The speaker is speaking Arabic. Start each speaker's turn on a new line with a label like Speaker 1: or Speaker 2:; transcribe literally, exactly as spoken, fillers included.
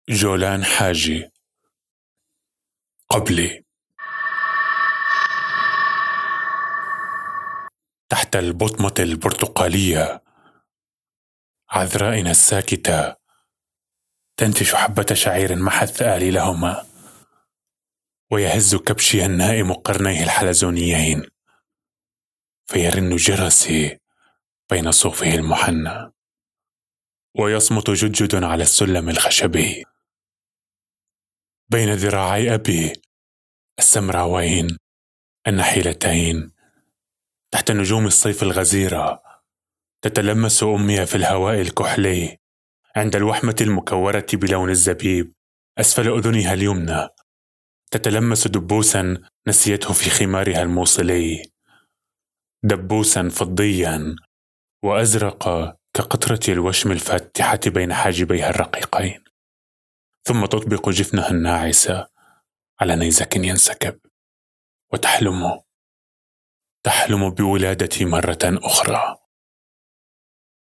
Speaker 1: جولان حاجي. قبلي. تحت البطمة البرتقالية عذرائنا الساكتة تنتش حبة شعير محث آلي لهما، ويهز كبشي النائم قرنيه الحلزونيين، فيرن جرسي بين صوفه المحنى، ويصمت جدجد على السلم الخشبي بين ذراعي أبي السمراوين النحيلتين. تحت نجوم الصيف الغزيرة تتلمس أمي في الهواء الكحلي عند الوحمة المكورة بلون الزبيب أسفل أذنها اليمنى، تتلمس دبوسا نسيته في خمارها الموصلي، دبوسا فضيا وأزرق كقطرة الوشم الفاتحة بين حاجبيها الرقيقين، ثم تطبق جفنها الناعسة على نيزك ينسكب وتحلم تحلم بولادتي مرة أخرى.